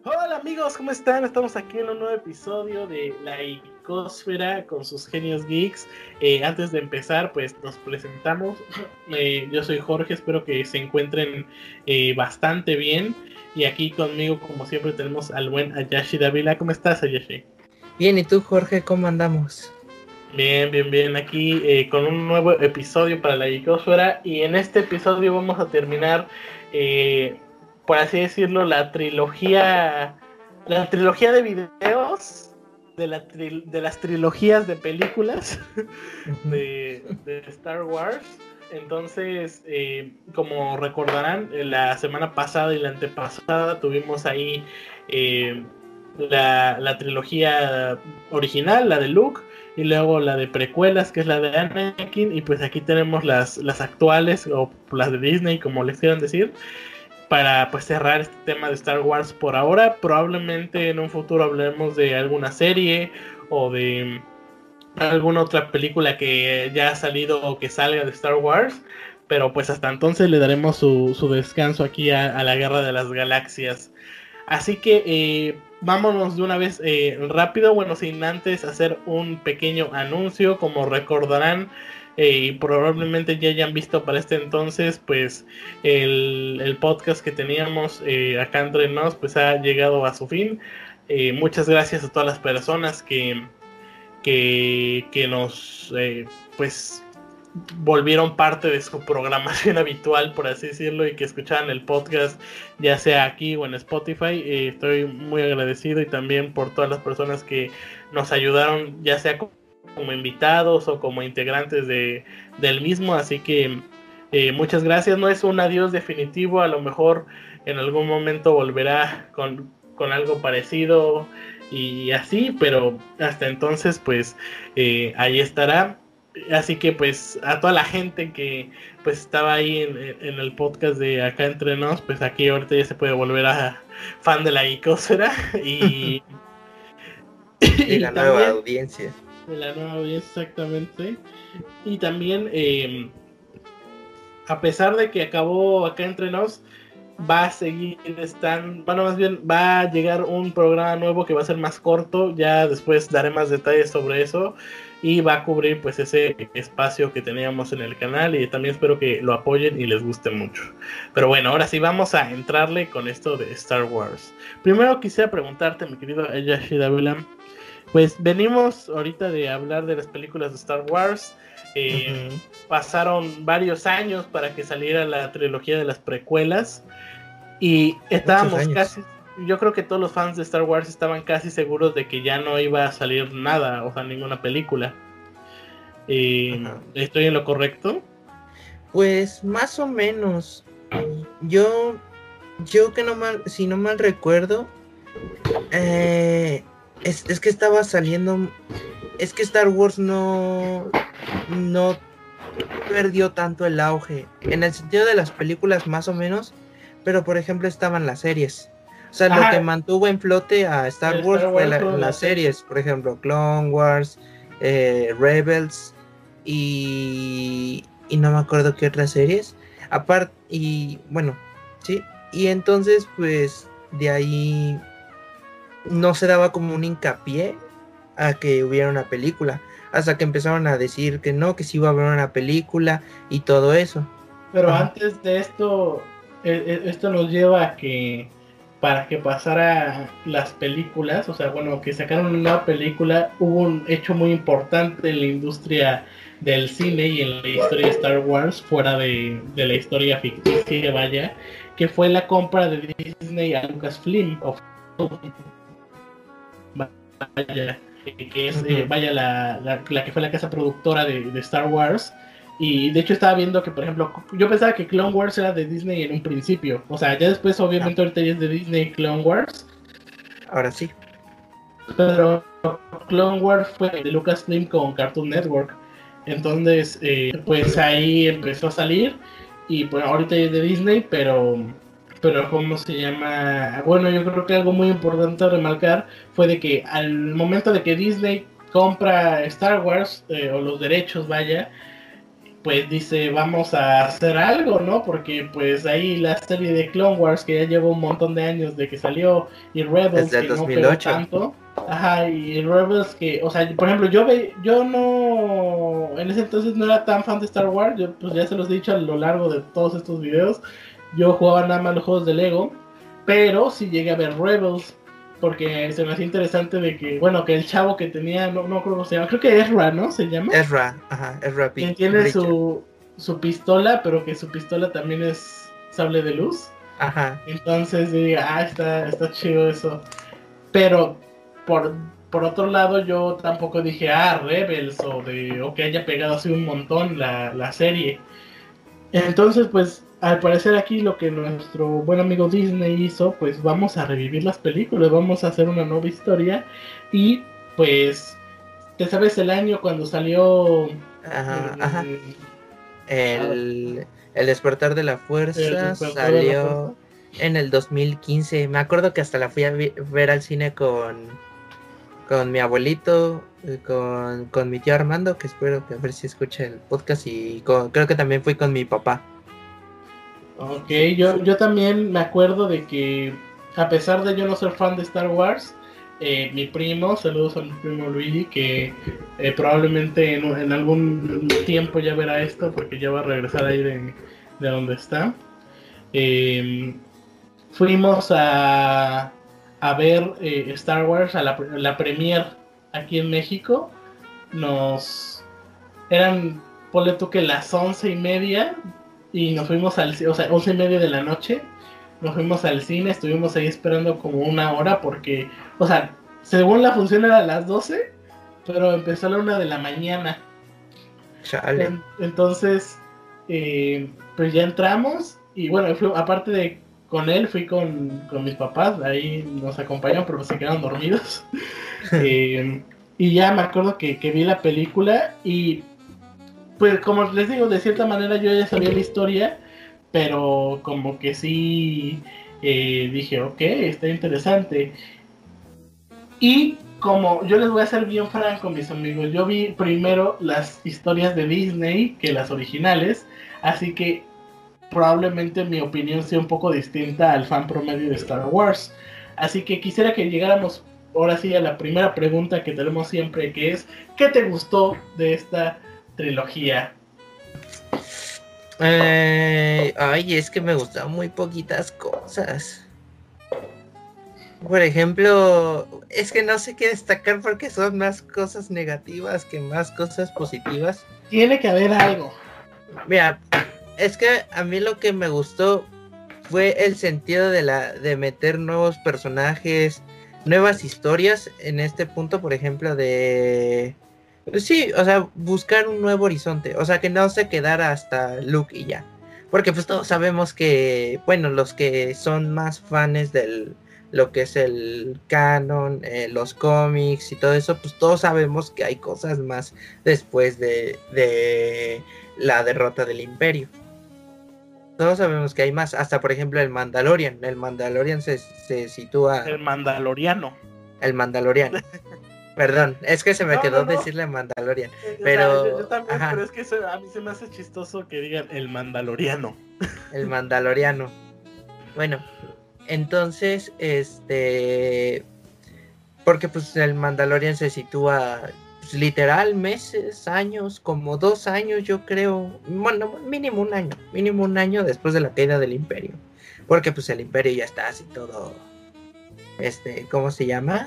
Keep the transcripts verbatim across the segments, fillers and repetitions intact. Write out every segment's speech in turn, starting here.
Hola amigos, ¿cómo están? Estamos aquí en un nuevo episodio de La Icósfera con sus genios geeks. Eh, antes de empezar, pues nos presentamos. Eh, yo soy Jorge, espero que se encuentren eh, bastante bien. Y aquí conmigo, como siempre, tenemos al buen Ayashi Davila. ¿Cómo estás, Ayashi? Bien, ¿y tú, Jorge, cómo andamos? Bien, bien, bien. Aquí eh, con un nuevo episodio para La Icósfera. Y en este episodio vamos a terminar, eh, por así decirlo, la trilogía. La trilogía de videos de, la tri- de las trilogías de películas Ujú. de, de Star Wars. Entonces, eh, como recordarán, la semana pasada y la antepasada tuvimos ahí eh, la, la trilogía original, la de Luke, y luego la de precuelas, que es la de Anakin, y pues aquí tenemos las, las actuales, o las de Disney, como les quieran decir, para pues cerrar este tema de Star Wars por ahora. Probablemente en un futuro hablemos de alguna serie o de alguna otra película que ya ha salido o que salga de Star Wars, pero pues hasta entonces le daremos su, su descanso aquí a, a la Guerra de las Galaxias. Así que eh, vámonos de una vez eh, rápido, bueno, sin antes hacer un pequeño anuncio. Como recordarán, eh, y probablemente ya hayan visto para este entonces, pues el, el podcast que teníamos eh, acá entre nos, pues ha llegado a su fin. Eh, muchas gracias a todas las personas que, que, que nos, eh, pues volvieron parte de su programación habitual, por así decirlo, y que escuchaban el podcast, ya sea aquí o en Spotify. Eh, estoy muy agradecido, y también por todas las personas que nos ayudaron, ya sea como invitados o como integrantes de, del mismo. Así que eh, muchas gracias. No es un adiós definitivo, a lo mejor en algún momento volverá con, con algo parecido y así, pero hasta entonces pues eh, ahí estará. Así que pues a toda la gente que pues estaba ahí en, en el podcast de Acá Entre Nos, pues aquí ahorita ya se puede volver a fan de la icósfera y, De y la nueva también audiencia. de la nueva audiencia, exactamente. Y también eh, a pesar de que acabó Acá Entre Nos, va a seguir estando, bueno, más bien va a llegar un programa nuevo que va a ser más corto. Ya después daré más detalles sobre eso, y va a cubrir pues ese espacio que teníamos en el canal, y también espero que lo apoyen y les guste mucho. Pero bueno, ahora sí vamos a entrarle con esto de Star Wars. Primero quisiera preguntarte, mi querido Ayashi Davila, pues venimos ahorita de hablar de las películas de Star Wars. eh, Ujú. Pasaron varios años para que saliera la trilogía de las precuelas, y Muchos estábamos años. casi, yo creo que todos los fans de Star Wars estaban casi seguros de que ya no iba a salir nada, o sea, ninguna película. Eh, Ajá. ¿Estoy en lo correcto? Pues más o menos. Y Yo, yo que no mal, si no mal recuerdo, eh, es, es que estaba saliendo, es que Star Wars no, no perdió tanto el auge, en el sentido de las películas más o menos, pero por ejemplo estaban las series. O sea, lo que Ajá, mantuvo en flote a Star el Wars Star fue Wars la- fueron las las series. series, por ejemplo, Clone Wars, eh, Rebels y, y no me acuerdo qué otras series. Aparte, y bueno, sí, y entonces pues de ahí no se daba como un hincapié a que hubiera una película, hasta que empezaron a decir que no, que sí iba a haber una película y todo eso. Pero Ajá. antes de esto, eh, eh, esto nos lleva a que para que pasara las películas, o sea, bueno, que sacaron una película, hubo un hecho muy importante en la industria del cine y en la historia de Star Wars, fuera de, de la historia ficticia, vaya, que fue la compra de Disney a Lucasfilm, o vaya, que es, eh, Ujú. vaya, la, la, la, que fue la casa productora de, de Star Wars. Y de hecho estaba viendo que, por ejemplo, yo pensaba que Clone Wars era de Disney en un principio. O sea, ya después, No, obviamente, ahorita ya es de Disney Clone Wars. ahora sí. Pero Clone Wars fue de Lucasfilm con Cartoon Network. Entonces, eh, pues ahí empezó a salir. Y pues ahorita ya es de Disney, pero pero ¿cómo se llama? Bueno, yo creo que algo muy importante a remarcar fue de que al momento de que Disney compra Star Wars, eh, o los derechos, vaya, pues dice, vamos a hacer algo, ¿no? Porque pues ahí la serie de Clone Wars, que ya lleva un montón de años de que salió, y Rebels, Desde el que no dos mil pegó ocho. tanto. Ajá, y Rebels que, o sea, por ejemplo, yo ve, yo no, en ese entonces no era tan fan de Star Wars, yo pues ya se los he dicho a lo largo de todos estos videos, yo jugaba nada más los juegos de Lego, pero sí llegué a ver Rebels, porque se me hacía interesante de que, bueno, que el chavo que tenía, no, no creo cómo se llama, creo que Ezra, ¿no? Se llama. Ezra, ajá, Ezra Que P. tiene Bridger. su, su pistola, pero que su pistola también es sable de luz. Ajá. Entonces diga, ah, está, está chido eso. Pero por, por otro lado, yo tampoco dije, ah, Rebels, o de o que haya pegado así un montón la, la serie. Entonces, pues, al parecer aquí lo que nuestro buen amigo Disney hizo, pues vamos a revivir las películas, vamos a hacer una nueva historia. Y pues, ¿te sabes el año cuando salió Ajá, ajá. eh, El, el despertar de la El fuerza despertar de la fuerza? salió en el dos mil quince. Me acuerdo que hasta la fui a vi- ver al cine con, con mi abuelito, eh, con, con mi tío Armando, que espero que a ver si escucha el podcast, y con- creo que también fui con mi papá. Ok, yo, yo también me acuerdo de que, a pesar de yo no ser fan de Star Wars, eh, mi primo, saludos a mi primo Luigi, que eh, probablemente en, en algún tiempo ya verá esto, porque ya va a regresar ahí de, de donde está. Eh, Fuimos a, a ver eh, Star Wars a la, la premiere aquí en México. Nos eran, ponle tú que las once y media, y nos fuimos al, o sea, once y media de la noche, nos fuimos al cine, estuvimos ahí esperando como una hora porque, o sea, según la función era a las doce, pero empezó a la una de la mañana. Chale. En, entonces, eh, pues ya entramos, y bueno, fui, aparte de con él, fui con, con mis papás, ahí nos acompañaron, pero se quedaron dormidos. eh, y ya me acuerdo que, que vi la película, y pues como les digo, de cierta manera yo ya sabía la historia, pero como que sí eh, dije, ok, está interesante. Y como yo les voy a ser bien franco, mis amigos, yo vi primero las historias de Disney que las originales, así que probablemente mi opinión sea un poco distinta al fan promedio de Star Wars. Así que quisiera que llegáramos ahora sí a la primera pregunta que tenemos siempre, que es, ¿qué te gustó de esta trilogía? Eh, ay, es que me gustan muy poquitas cosas. Por ejemplo, es que no sé qué destacar porque son más cosas negativas que más cosas positivas. Tiene que haber algo. Mira, es que a mí lo que me gustó fue el sentido de la de meter nuevos personajes, nuevas historias en este punto, por ejemplo, de pues sí, o sea, buscar un nuevo horizonte, o sea, que no se quedara hasta Luke y ya. Porque pues todos sabemos que, bueno, los que son más fans del lo que es el canon, eh, los cómics y todo eso, pues todos sabemos que hay cosas más después de, de la derrota del Imperio. Todos sabemos que hay más, hasta por ejemplo el Mandalorian. El Mandalorian se, se sitúa. El Mandaloriano. El Mandaloriano. Perdón, es que se me No, quedó no, no. decirle Mandalorian. O sea, yo, yo Pero, también, ajá, pero es que eso, a mí se me hace chistoso que digan el Mandaloriano. el Mandaloriano. Bueno, entonces, este. Porque pues el Mandalorian se sitúa pues, literal meses, años, como dos años yo creo, bueno, mínimo un año, mínimo un año después de la caída del Imperio. Porque pues el Imperio ya está así todo, este, ¿cómo se llama?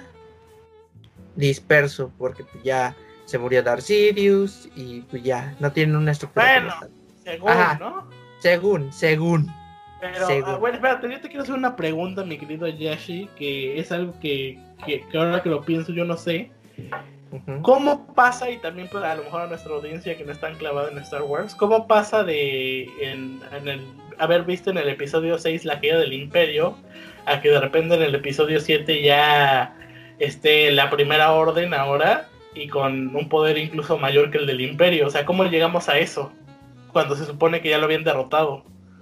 Disperso, porque pues, ya se murió Darth Sidious y pues ya no tienen una estructura Bueno, como tal. según, Ajá, ¿no? según, según, Pero, según. ah, bueno, espérate, yo te quiero hacer una pregunta, mi querido Yashi, que es algo que, que, que ahora que lo pienso yo no sé. Uh-huh. ¿Cómo pasa, y también para a lo mejor a nuestra audiencia que no está clavada en Star Wars, cómo pasa de en, en el, haber visto en el episodio seis la caída del Imperio a que de repente en el episodio siete ya esté la Primera Orden ahora y con un poder incluso mayor que el del Imperio? O sea, ¿cómo llegamos a eso cuando se supone que ya lo habían derrotado?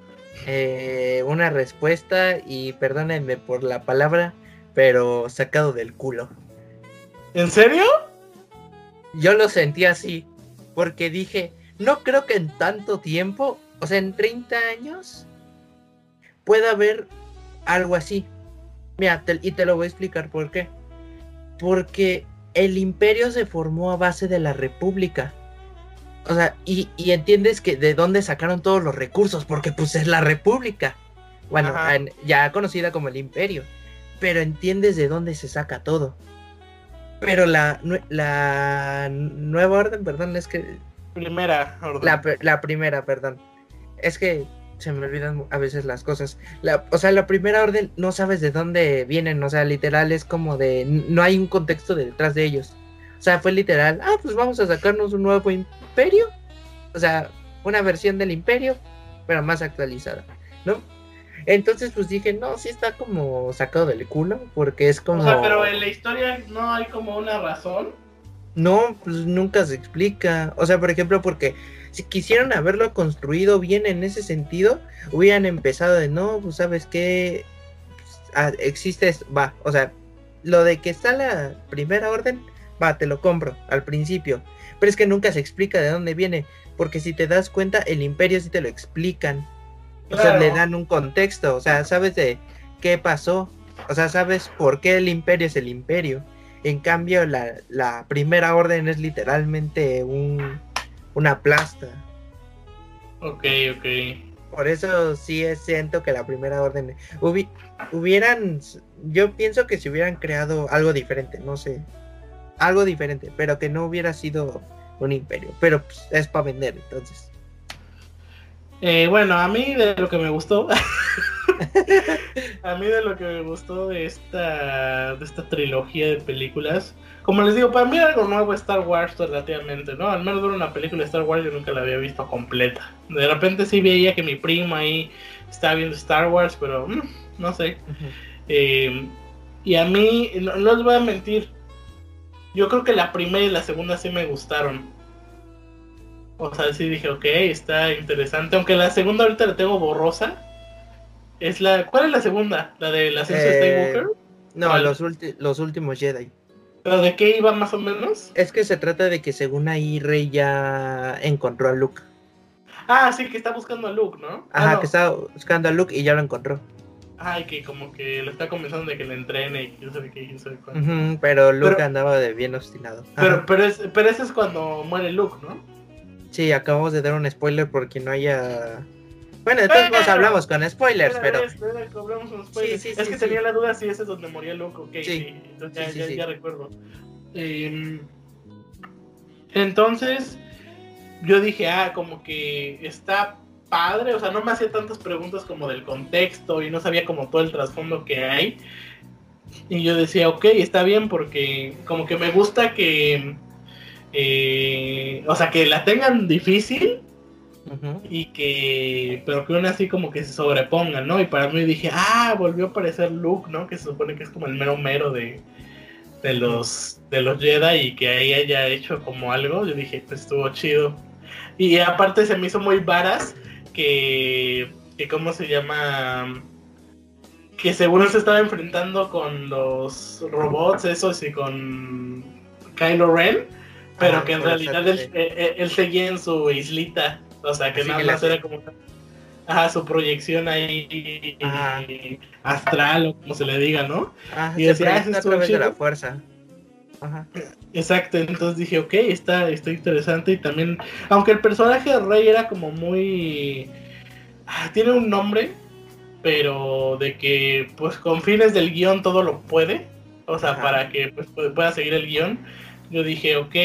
Eh, una respuesta, y perdónenme por la palabra, pero sacado del culo. ¿En serio? Yo lo sentí así, porque dije, no creo que en tanto tiempo, o sea, en treinta años, pueda haber algo así. Mira, te, y te lo voy a explicar por qué. Porque el imperio se formó a base de la república. O sea, y, y entiendes que de dónde sacaron todos los recursos, porque pues es la república. Bueno, en, ya conocida como el imperio. Pero entiendes de dónde se saca todo. Pero la, la nueva orden, perdón, es que... Primera orden. La, la primera, perdón. Es que se me olvidan a veces las cosas. La, o sea, la primera orden no sabes de dónde vienen. O sea, literal es como de... No hay un contexto detrás de ellos. O sea, fue literal. Ah, pues vamos a sacarnos un nuevo imperio. O sea, una versión del imperio, pero más actualizada, ¿no? Entonces pues dije, no, sí está como sacado del culo, porque es como... O sea, pero en la historia no hay como una razón. No, pues nunca se explica. O sea, por ejemplo, porque si quisieran haberlo construido bien en ese sentido, hubieran empezado de, no, pues sabes qué, ah, existe, va, o sea, lo de que está la primera orden, va, te lo compro al principio, pero es que nunca se explica de dónde viene, porque si te das cuenta, el imperio sí te lo explican. O sea, claro, le dan un contexto, o sea, sabes de qué pasó, o sea, sabes por qué el imperio es el imperio. En cambio, la, la primera orden es literalmente un, una plasta. Ok, ok. Por eso sí siento que la primera orden hubi, hubieran, yo pienso que si hubieran creado algo diferente, no sé, algo diferente, pero que no hubiera sido un imperio, pero pues, es para vender, entonces. Eh, bueno, a mí de lo que me gustó, a mí de lo que me gustó de esta, de esta trilogía de películas, como les digo, para mí algo nuevo Star Wars relativamente, ¿no? Al menos ver una película de Star Wars yo nunca la había visto completa. De repente sí veía que mi primo ahí estaba viendo Star Wars, pero mmm, no sé. Uh-huh. Eh, y a mí, no, no les voy a mentir, yo creo que la primera y la segunda sí me gustaron. O sea, sí dije, ok, está interesante. Aunque la segunda ahorita la tengo borrosa. Es la... ¿Cuál es la segunda? ¿La de la ascenso de eh, Skywalker? No, los, ulti- los últimos Jedi. ¿Pero de qué iba más o menos? Es que se trata de que según ahí Rey ya encontró a Luke. Ah, sí, que está buscando a Luke, ¿no? Ajá, ah, no. que está buscando a Luke y ya lo encontró. Ay, que como que le está comenzando de que le entrene y quién sabe qué, quién sabe cuánto. Uh-huh, pero Luke pero, andaba de bien obstinado. Pero, pero, es, pero ese es cuando muere Luke, ¿no? Sí, acabamos de dar un spoiler porque no haya... Bueno, de todos modos hablamos con spoilers, era, pero... Era, era, hablamos con spoilers. Sí, sí, es sí, que sí. tenía la duda si ese es donde moría Luke, ok, sí. Sí. Entonces sí, ya, sí, ya, sí. ya recuerdo. Eh, entonces, yo dije, ah, como que está padre, o sea, no me hacía tantas preguntas como del contexto y no sabía como todo el trasfondo que hay. Y yo decía, ok, está bien porque como que me gusta que... Eh, o sea, que la tengan difícil uh-huh. y que, pero que aún así como que se sobrepongan, ¿no? Y para mí dije, ah, volvió a aparecer Luke, ¿no? Que se supone que es como el mero mero de, de los de los Jedi y que ahí haya hecho como algo. Yo dije, pues estuvo chido. Y aparte se me hizo muy varas que, que ¿cómo se llama? Que según se estaba enfrentando con los robots esos y con Kylo Ren. Pero ah, que en realidad él, él, él seguía en su islita. O sea, que Así nada que más era como ajá, su proyección ahí ajá. astral o como se le diga, ¿no? Ah, y decía, ah, a través chido. de la fuerza. Ajá. Exacto, entonces dije, ok, está, está interesante. Y también, aunque el personaje de Rey era como muy... Ah, tiene un nombre, pero de que pues con fines del guión todo lo puede. O sea, ajá. para que pues, pueda seguir el guión. Yo dije, ok,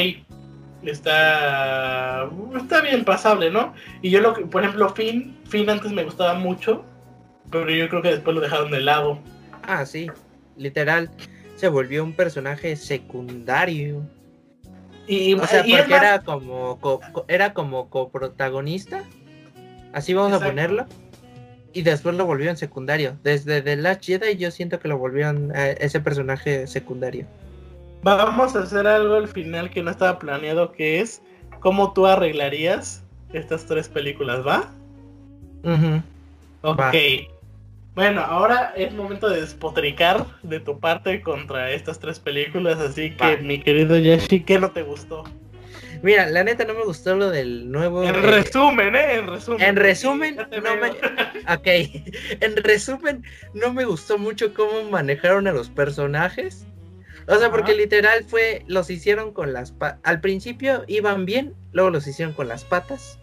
está está bien pasable, ¿no? Y yo, lo que, por ejemplo, Finn, Finn antes me gustaba mucho, pero yo creo que después lo dejaron de lado. Ah, sí, literal, se volvió un personaje secundario. Y, o sea, y porque más... era como co, co, era como coprotagonista, así vamos Exacto. a ponerlo, y después lo volvieron secundario. Desde The Last Jedi yo siento que lo volvieron a ese personaje secundario. Vamos a hacer algo al final que no estaba planeado, que es cómo tú arreglarías estas tres películas, ¿va? Uh-huh. Ok. Va. Bueno, ahora es momento de despotricar de tu parte contra estas tres películas, así que va. Mi querido Yashi, ¿qué no te gustó? Mira, la neta no me gustó lo del nuevo... En eh, resumen, ¿eh? En resumen. En resumen, Ya te no veo. me... Ok, en resumen, no me gustó mucho cómo manejaron a los personajes. O sea, porque Ajá. literal fue, los hicieron con las patas. Al principio iban bien, luego los hicieron con las patas.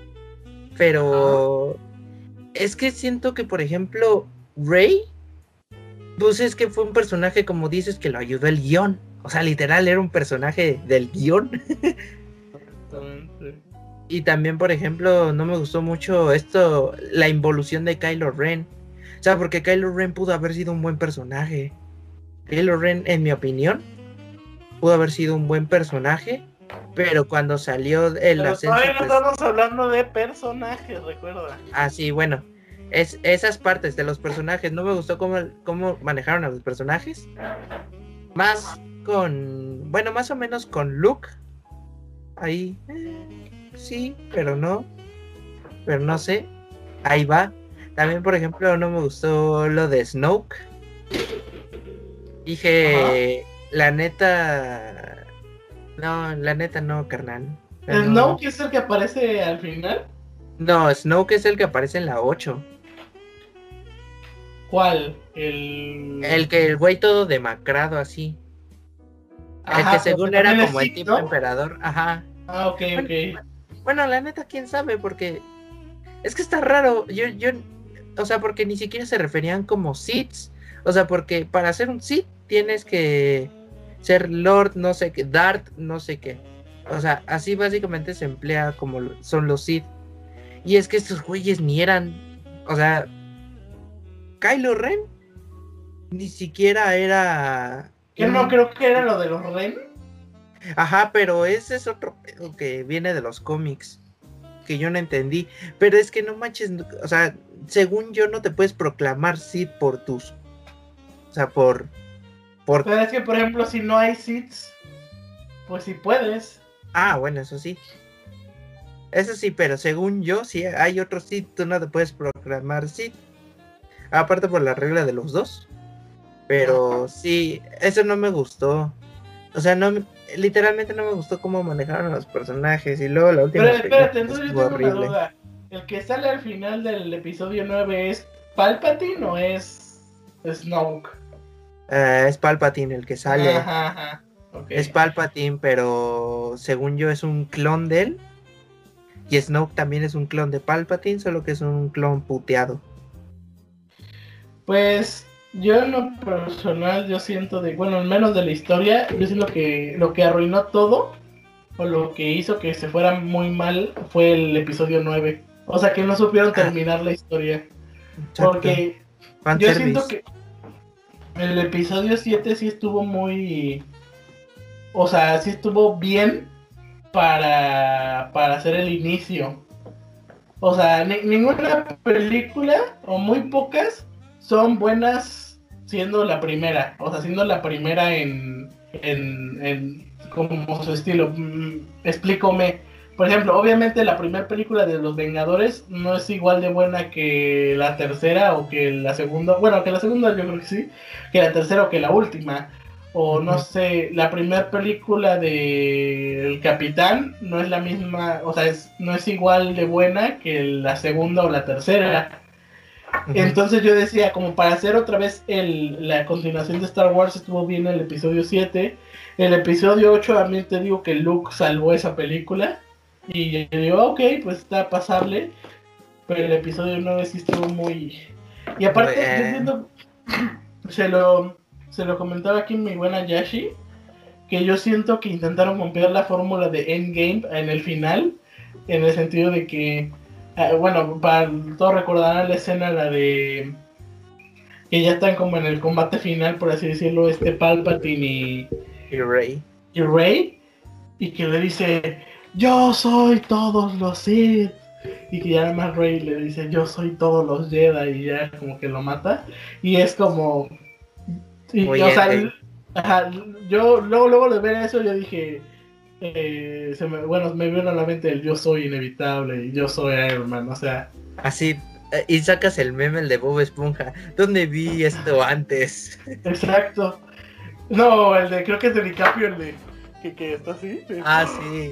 Pero es que siento que, por ejemplo, Rey, pues es que fue un personaje, como dices, que lo ayudó el guión. O sea, literal, era un personaje del guión. Exactamente. Y también, por ejemplo, no me gustó mucho esto, la involución de Kylo Ren. O sea, porque Kylo Ren pudo haber sido un buen personaje. Kylo Ren, en mi opinión, pudo haber sido un buen personaje, pero cuando salió el Pero ascenso, todavía no pues, estamos hablando de personajes, recuerda. así, bueno, es, esas partes de los personajes, no me gustó cómo, cómo manejaron a los personajes. Más con, bueno, más o menos con Luke, ahí, eh, sí, pero no, pero no sé, ahí va. También, por ejemplo, no me gustó lo de Snoke. Dije, ajá, la neta, no, la neta no, carnal. ¿El No. Snoke es el que aparece al final? No, Snoke es el que aparece en la ocho. ¿Cuál? El... El que el güey todo demacrado así. El Ajá, que pero según que era también es como el Sith, tipo ¿no? emperador. Ajá. Ah, ok, Bueno, ok. bueno, la neta, quién sabe, porque es que está raro. Yo, yo, o sea, porque ni siquiera se referían como Siths. O sea, porque para ser un Sith tienes que ser Lord, no sé qué, Darth, no sé qué. O sea, así básicamente se emplea como son los Sith. Y es que estos güeyes ni eran, o sea, Kylo Ren ni siquiera era Que no, un... creo que era lo de los Ren. Ajá, pero ese es otro pedo que viene de los cómics, que yo no entendí. Pero es que no manches, o sea, según yo no te puedes proclamar Sith por tus... O sea, por... por... Pero es que, por ejemplo, si no hay Siths, pues sí puedes. Ah, bueno, eso sí. Eso sí, pero según yo, si hay otro Sith, tú no te puedes proclamar Sith. Aparte por la regla de los dos. Pero sí, eso no me gustó. O sea, no, literalmente no me gustó cómo manejaron a los personajes. Y luego la última Pero película espérate, entonces yo estuvo tengo una horrible. duda. ¿El que sale al final del episodio nueve es Palpatine o es Snoke? Uh, es Palpatine el que sale. Ajá, ajá. Okay. Es Palpatine, pero según yo es un clon de él. Y Snoke también es un clon de Palpatine, solo que es un clon puteado. Pues yo en lo personal, yo siento de, bueno, al menos de la historia, yo siento que lo que arruinó todo, o lo que hizo que se fuera muy mal, fue el episodio nueve. O sea, que no supieron Ah, terminar la historia. exacto. Porque Fan yo service. siento que el episodio siete sí estuvo muy... O sea, sí estuvo bien para, para hacer el inicio. O sea, ni, ninguna película, o muy pocas, son buenas siendo la primera. O sea, siendo la primera en, en, en como su estilo. Mm, explícame. Por ejemplo, obviamente la primera película de Los Vengadores no es igual de buena que la tercera o que la segunda. Bueno, que la segunda yo creo que sí. Que la tercera o que la última. O no sé, la primera película de El Capitán no es la misma, o sea, es, no es igual de buena que la segunda o la tercera. Uh-huh. Entonces yo decía, como para hacer otra vez el, la continuación de Star Wars, estuvo bien el episodio siete. El episodio ocho, a mí te digo que Luke salvó esa película. Y yo digo, ok, pues está pasable. Pero el episodio nueve sí estuvo muy... Y aparte, eh... yo entiendo, se lo... Se lo comentaba aquí mi buena Yashi, que yo siento que intentaron copiar la fórmula de Endgame en el final, en el sentido de que, eh, bueno, para todos recordarán la escena, la de que ya están como en el combate final, por así decirlo, este Palpatine y, y Rey. Y Rey, y que le dice, yo soy todos los Sith, y que ya además Rey le dice, yo soy todos los Jedi, y ya como que lo mata, y es como... Y, o sea, ajá, yo luego, luego de ver eso yo dije, eh, se me, bueno, me vino a la mente el yo soy inevitable y yo soy Iron Man, o sea. Así, y sacas el meme el de Bob Esponja, ¿dónde vi esto antes? Exacto. No, el de, creo que es de DiCaprio, el de, que, que está así. Ah, sí.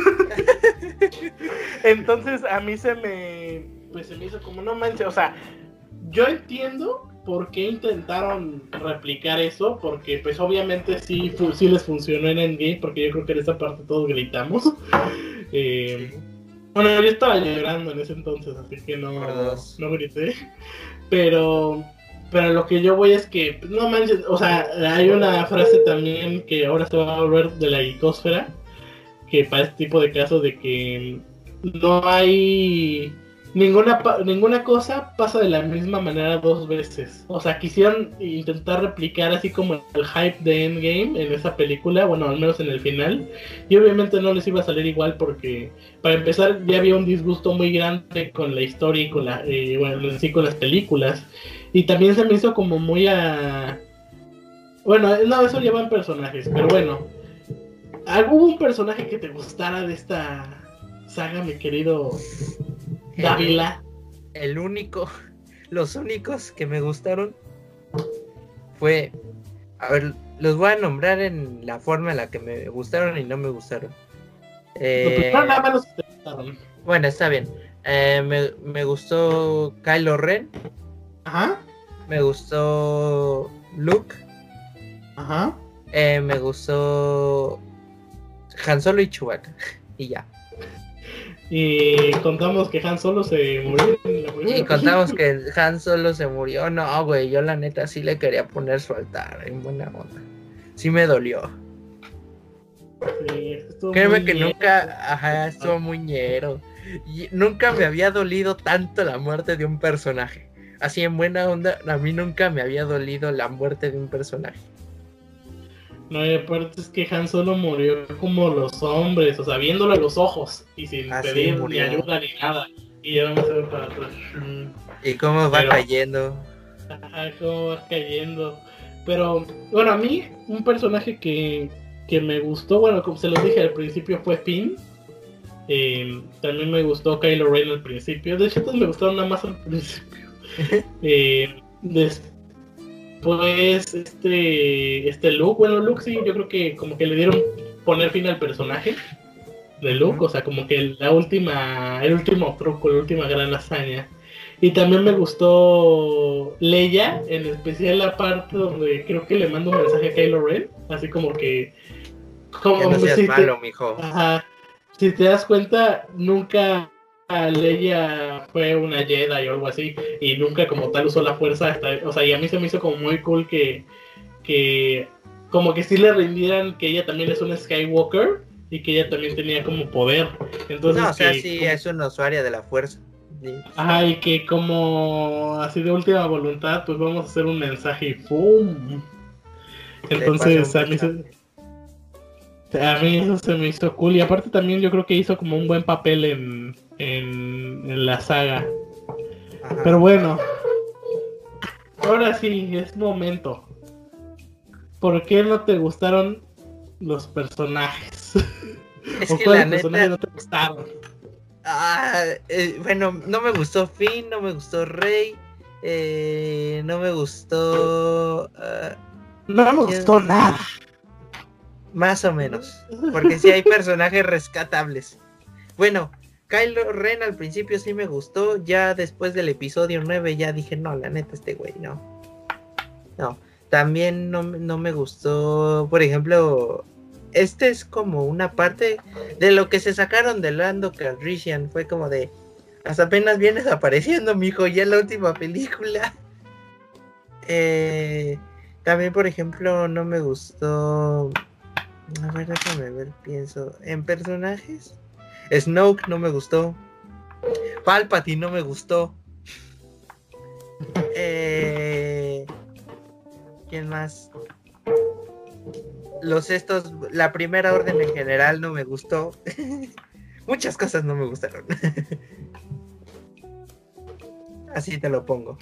Entonces a mí se me, pues se me hizo como no manches, o sea, yo entiendo por qué intentaron replicar eso, porque pues obviamente sí, fu- sí les funcionó en Endgame, porque yo creo que en esa parte todos gritamos. Eh, Sí. bueno, yo estaba llorando en ese entonces, así que no, Por dos. no grité. Pero, pero lo que yo voy es que, pues, no manches, o sea, hay una frase también que ahora se va a volver de la geekósfera, que para este tipo de casos de que no hay ninguna pa- ninguna cosa pasa de la misma manera dos veces. O sea, quisieron intentar replicar así como el hype de Endgame en esa película, bueno, al menos en el final, y obviamente no les iba a salir igual porque para empezar ya había un disgusto muy grande con la historia y con la eh, bueno, en sí con las películas, y también se me hizo como muy a bueno, no, eso llevan personajes, pero bueno, ¿hubo un personaje que te gustara de esta saga, mi querido El, Dávila? el único, los únicos que me gustaron fue, a ver, los voy a nombrar en la forma en la que me gustaron y no me gustaron. Los primeros nada Eh, más los que te gustaron. bueno, está bien. Eh, me, me gustó Kylo Ren, Ajá, me gustó Luke, ajá. eh, me gustó Han Solo y Chewbacca y ya. Y contamos que Han Solo se murió en la primera Y contamos película. que Han Solo se murió. No, güey, yo la neta sí le quería poner su altar en buena onda. Sí me dolió. Sí, estuvo Créeme muy que bien. nunca, ajá, estuvo muy ñero. Y nunca me había dolido tanto la muerte de un personaje. Así en buena onda, a mí nunca me había dolido la muerte de un personaje. No, y aparte es que Han Solo murió como los hombres, o sea, viéndolo a los ojos y sin Así pedir ni murió. ayuda ni nada. Y ya vamos a ver para atrás. Mm. Y cómo va Pero, cayendo. ajá, cómo va cayendo. Pero, bueno, a mí, un personaje que, que me gustó, bueno, como se los dije al principio, fue Finn. Eh, también me gustó Kylo Ren al principio. De hecho, todos me gustaron nada más al principio. Eh, después, este, este Luke, bueno, Luke sí, yo creo que como que le dieron poner fin al personaje de Luke, Uh-huh. o sea, como que la última, el último truco, la última gran hazaña. Y también me gustó Leia, en especial la parte donde creo que le mando un mensaje a Kylo Ren, así como que, Que como no seas si te, malo, mijo. ajá, si te das cuenta, nunca Leia fue una Jedi o algo así, y nunca como tal usó la fuerza hasta, o sea, y a mí se me hizo como muy cool que, que como que sí le rindieran que ella también es una Skywalker y que ella también tenía como poder. Entonces No, o sea, que sí, como, es una usuaria de la fuerza. Sí, está ajá, y bien. que como así de última voluntad, pues vamos a hacer un mensaje y ¡pum! Le pasó Entonces un a mí se, mensaje. a mí eso se me hizo cool y aparte también yo creo que hizo como un buen papel en, en, en la saga. Pero Ajá. bueno, ahora sí, es momento. ¿Por qué no te gustaron los personajes? Es ¿O que la cuáles personajes neta, no te gustaron? ah, eh, bueno, no me gustó Finn, no me gustó Rey, eh, no me gustó, ah, No me ¿quién? gustó nada. Más o menos, porque sí hay personajes rescatables. Bueno, Kylo Ren al principio sí me gustó, ya después del episodio nueve ya dije, no, la neta este güey, no, no. También no, no me gustó, por ejemplo, este es como una parte de lo que se sacaron de Lando Calrissian, fue como de, hasta apenas vienes apareciendo, mijo, ya en la última película. Eh, también, por ejemplo, no me gustó. A ver, déjame ver, pienso. En personajes. Snoke no me gustó. Palpatine no me gustó. Eh, ¿Quién más? Los estos. La primera orden en general no me gustó. Muchas cosas no me gustaron. Así te lo pongo.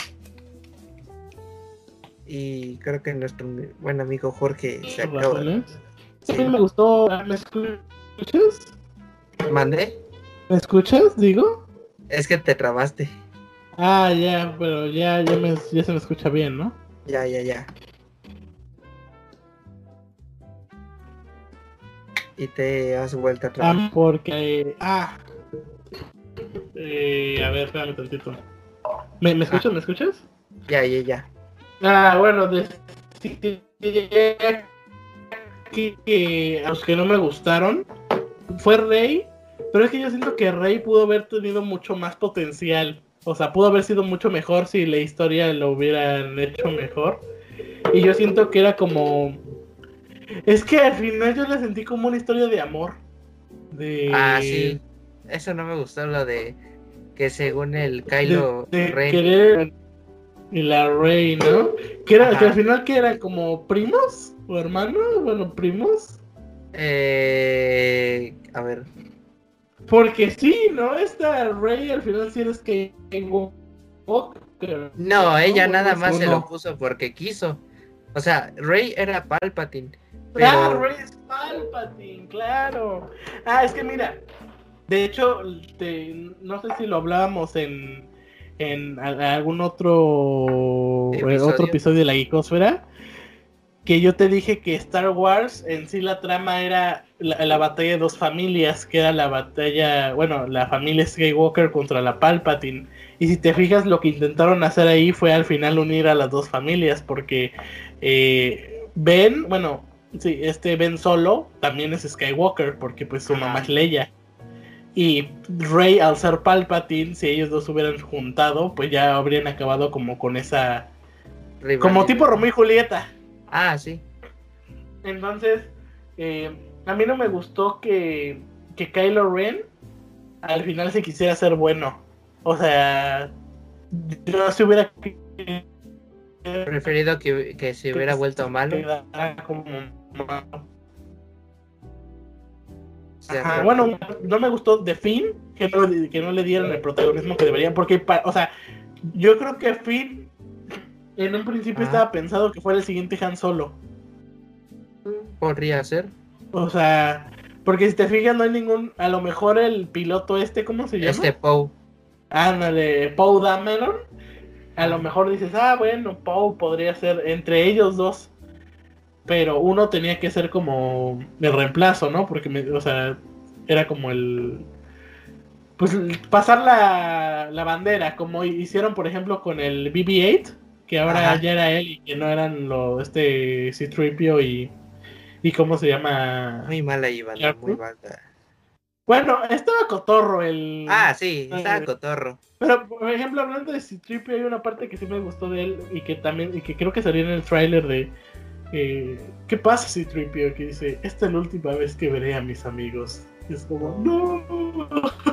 Y creo que nuestro buen amigo Jorge se acaba. Razones. Sí. También me gustó. ¿Me escuchas? ¿Mandé? ¿Me escuchas? Digo. Es que te trabaste. Ah, ya, pero ya, ya, me, ya se me escucha bien, ¿no? Ya, ya, ya. y te has vuelto a trabar. Ah, porque... Ah. Eh, a ver, espérame tantito. ¿Me, me escuchas? Ah. ¿Me escuchas? Ya, ya, ya. Ah, bueno, de... que, que a los que no me gustaron fue Rey, pero es que yo siento que Rey pudo haber tenido mucho más potencial. O sea, pudo haber sido mucho mejor si la historia lo hubieran hecho mejor. Y yo siento que era como... Es que al final yo la sentí como una historia de amor. De... Ah, sí. Eso no me gustó, lo de que según el Kylo de, de Ren. querer y la Rey, ¿no? Que, era, que al Ajá. final que eran como primos o hermanos, bueno, primos. Eh, a ver. Porque sí, ¿no? Esta Rey al final sí eres que No, ella ¿no? nada más se no. lo puso porque quiso. O sea, Rey era Palpatine. Ah, Pero... Rey es Palpatine, claro. Ah, es que mira, de hecho, te, no sé si lo hablábamos en, en a- algún otro eh, ¿Episodio? otro episodio de la Geekosfera, que yo te dije que Star Wars en sí la trama era la, la batalla de dos familias, que era la batalla, bueno, la familia Skywalker contra la Palpatine. Y si te fijas, lo que intentaron hacer ahí fue al final unir a las dos familias, porque eh, Ben, bueno, sí, este Ben Solo también es Skywalker, porque pues su Ajá. mamá es Leia. Y Rey, al ser Palpatine, si ellos dos hubieran juntado, pues ya habrían acabado como con esa... Rivalidad. Como tipo Romeo y Julieta. Ah, sí. Entonces, eh, a mí no me gustó que, que Kylo Ren al final se quisiera ser bueno. O sea, yo se hubiera Preferido que, que se hubiera vuelto malo. como... Se Ajá, re- bueno, no me gustó de Finn que no, que no le dieran el protagonismo que deberían, porque, pa- o sea, yo creo que Finn en un principio Ah. estaba pensado que fuera el siguiente Han Solo. Podría ser. O sea, porque si te fijas no hay ningún, a lo mejor el piloto este, ¿cómo se llama? Este Poe. Ándale, Poe Dameron. A lo mejor dices, ah, bueno, Poe podría ser entre ellos dos. Pero uno tenía que ser como el reemplazo, ¿no? Porque, me, o sea, era como el... Pues pasar la, la bandera, como hicieron, por ejemplo, con el B B ocho, que ahora Ajá. ya era él y que no eran los, este, C tres P O y... ¿Y cómo se llama? Muy mala Iván, muy mala. Bueno, estaba cotorro el... Ah, sí, estaba cotorro. Pero, por ejemplo, hablando de C tres P O, hay una parte que sí me gustó de él y que también, y que creo que salió en el tráiler de... Eh, ¿qué pasa, C tres P O? Que dice, esta es la última vez que veré a mis amigos. Y es como, no.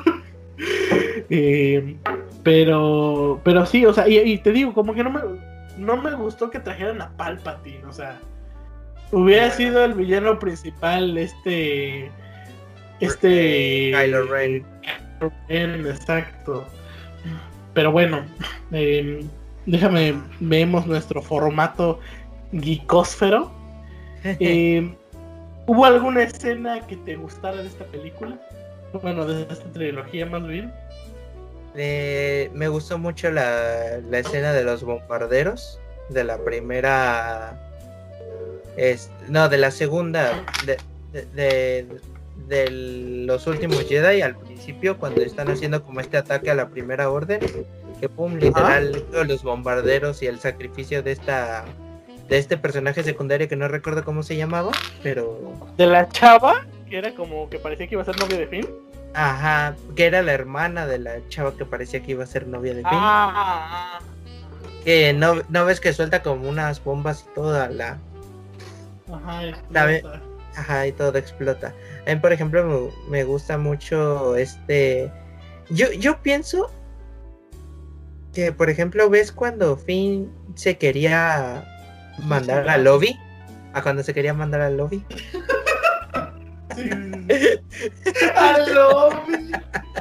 eh, pero, pero sí, o sea, y, y te digo, como que no me, no me gustó que trajeran a Palpatine, o sea, hubiera sido el villano principal, este, este, Kylo Ren. Kylo Ren, exacto. Pero bueno, eh, déjame, vemos nuestro formato geekósfero. Eh, ¿Hubo alguna escena que te gustara de esta película? Bueno, de esta trilogía más bien. Eh, me gustó mucho la, la escena de los bombarderos. De la primera... Es, no, de la segunda. De, de, de, de los últimos Jedi al principio, cuando están haciendo como este ataque a la primera orden. Que pum, literal, ¿ah? Todos los bombarderos y el sacrificio de esta... de este personaje secundario que no recuerdo cómo se llamaba, pero... De la chava, que era como que parecía que iba a ser novia de Finn. Ajá, que era la hermana de la chava que parecía que iba a ser novia de Finn. Ah, que no, no ves que suelta como unas bombas y toda la... Ajá, explota. Ajá, y todo explota. A mí, por ejemplo, me, me gusta mucho este... Yo, yo pienso que, por ejemplo, ¿ves cuando Finn se quería... mandar al lobby? ¿A cuando se quería mandar al lobby? Sí. ¡Al lobby!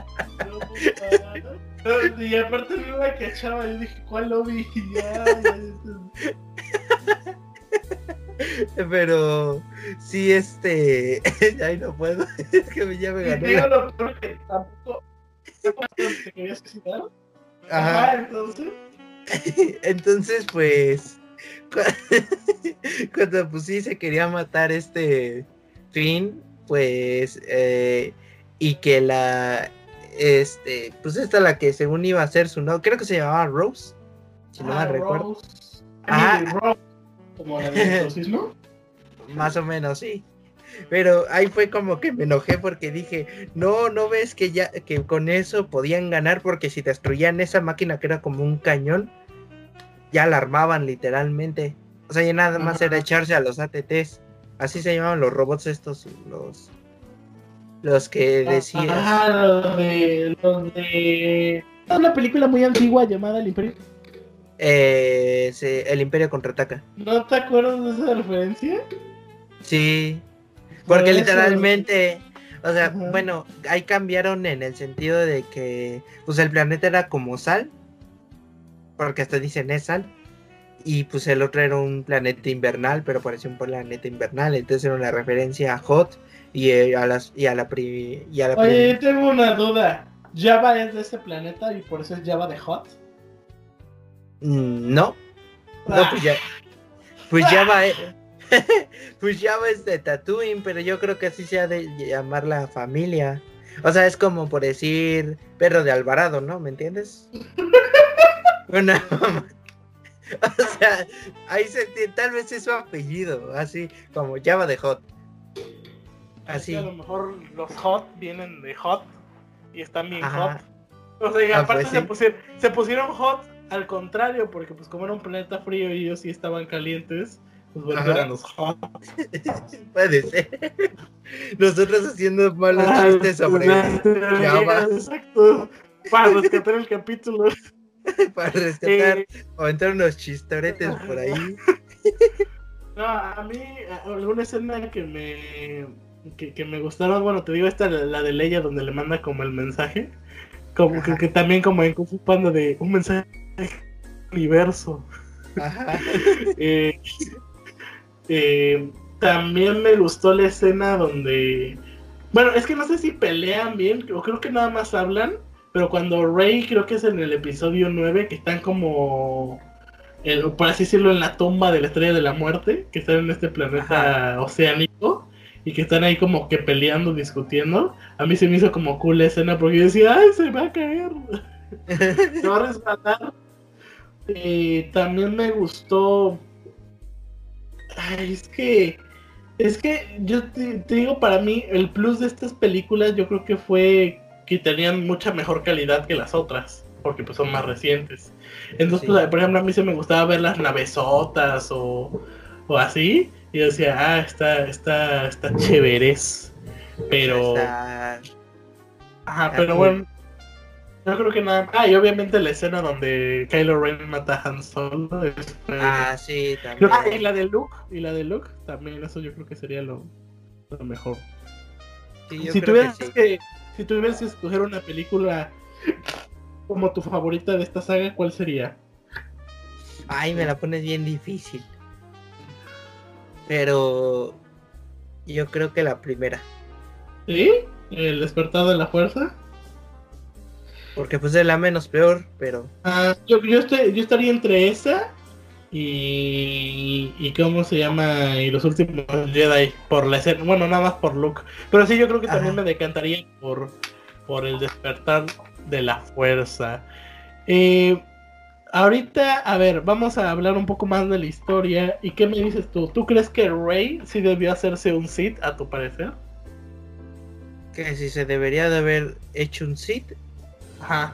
No, y aparte no me cachaba, yo dije, ¿cuál lobby? Ya, ya, ya. Pero sí, este... ay, no puedo. Es que ya me ganó. Y digo, lo peor que tampoco... ¿Te querías suicidar? Ajá. Ajá, entonces... Entonces, pues... Cuando, cuando pues sí se quería matar este Finn, pues, eh, y que la, este, pues esta la que según iba a ser su no, creo que se llamaba Rose, si no Ah, mal recuerdo. Rose. Ah, Emily Rose, como la del exorcismo. más o menos, sí. Pero ahí fue como que me enojé porque dije, no, no ves que ya, que con eso podían ganar, porque si destruían esa máquina que era como un cañón, ya la armaban literalmente. O sea, ya nada más era echarse a los A T Ts. Así se llamaban los robots estos, los los que decías. Ah, los de, los de... Es una película muy antigua llamada El Imperio. Eh, se, el Imperio contraataca. ¿No te acuerdas de esa referencia? Sí, porque Por eso. literalmente, o sea, Ajá. bueno, ahí cambiaron en el sentido de que, pues el planeta era como sal, porque hasta dicen es sal, y pues el otro era un planeta invernal, pero parecía un planeta invernal, entonces era una referencia a Hot y eh, a las y a la pri, y a la Oye, pri- tengo una duda. ¿Java es de ese planeta y por eso es Java de Hot? Mm, no, no, pues ya, pues ya va, eh, pues Java es de Tatooine, pero yo creo que así se ha de llamar la familia. O sea, es como por decir perro de Alvarado, ¿no? ¿Me entiendes? Una mamá. O sea, ahí se entiende, tal vez es su apellido, así como Java de Hot. Así. Así. A lo mejor los Hot vienen de Hot y están bien Ajá. Hot. O sea, y Ah, aparte pues se, sí. pusieron, se pusieron Hot al contrario, porque pues como era un planeta frío y ellos sí estaban calientes, pues bueno, Ajá. eran los Hot. Puede ser. Nosotros haciendo malos Ah, chistes sobre Java exacto. Para rescatar el capítulo. para rescatar Eh, o aventar unos chistoretes por ahí. No, a mí alguna escena que me que, que me gustaron, bueno, te digo esta, la de Leia donde le manda como el mensaje, como que, que también como en Kung Fu Panda de un mensaje del universo. Ajá. eh, eh, también me gustó la escena donde, bueno, es que no sé si pelean bien o creo que nada más hablan, pero cuando Rey, creo que es en el episodio nueve, que están como El, por así decirlo, en la tumba de la Estrella de la Muerte, que están en este planeta Ajá. oceánico y que están ahí como que peleando, discutiendo. A mí se me hizo como cool la escena porque yo decía, ¡ay, se va a caer! Se va a resbatar. Eh, también me gustó. Ay, es que. Es que yo te, te digo, para mí, el plus de estas películas, yo creo que fue que tenían mucha mejor calidad que las otras, porque pues son más recientes. Entonces, sí. pues, por ejemplo, a mí se me gustaba ver las navesotas o, o así, y yo decía, ah, está, está, está chéveres, pero... Está... Ajá, pero cool. Bueno, yo creo que nada... Ah, y obviamente la escena donde Kylo Ren mata a Han Solo. Es, ah, eh... sí, también. Ah, y la de Luke, y la de Luke, también, eso yo creo que sería lo, lo mejor. Sí, yo si, creo tuvieras que sí. que, si tuvieras que escoger una película como tu favorita de esta saga, ¿cuál sería? Ay, me la pones bien difícil. Pero yo creo que la primera. ¿Sí? ¿El despertar de la fuerza? Porque pues es la menos peor, pero... Ah, yo, yo, estoy, yo estaría entre esa y... y ¿cómo se llama? Y los últimos Jedi, por la escena, bueno, nada más por Luke. Pero sí, yo creo que también Ajá. me decantaría por, por el despertar de la fuerza. Eh... Ahorita, a ver, vamos a hablar un poco más de la historia. ¿Y qué me dices tú? ¿Tú crees que Rey sí debió hacerse un Sith, a tu parecer? Que si se debería de haber hecho un Sith. Ajá.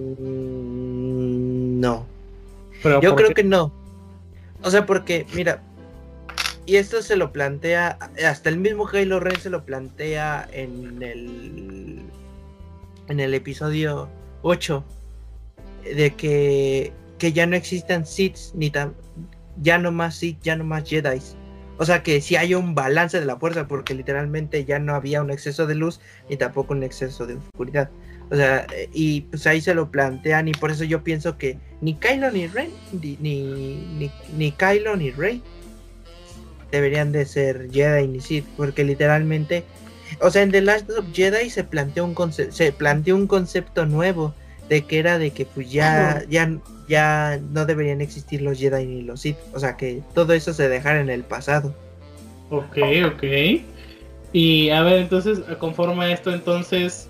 Mm, no. ¿Pero yo creo qué? que no. O sea, porque, mira, y esto se lo plantea, hasta el mismo Kylo Ren se lo plantea en el en el episodio ocho, de que que ya no existan Siths, ni tan, ya no más Sith, ya no más Jedi. O sea, que si hay un balance de la fuerza, porque literalmente ya no había un exceso de luz, ni tampoco un exceso de oscuridad. O sea, y pues ahí se lo plantean, y por eso yo pienso que ni Kylo ni Rey, ni, ni, ni, ni Kylo ni Rey deberían de ser Jedi ni Sith, porque literalmente, o sea, en The Last of Jedi se planteó un concepto, se planteó un concepto nuevo, de que era de que pues ya, ya, ya no deberían existir los Jedi ni los Sith, o sea que todo eso se dejara en el pasado. Ok, ok. Y a ver, entonces, conforme a esto, entonces...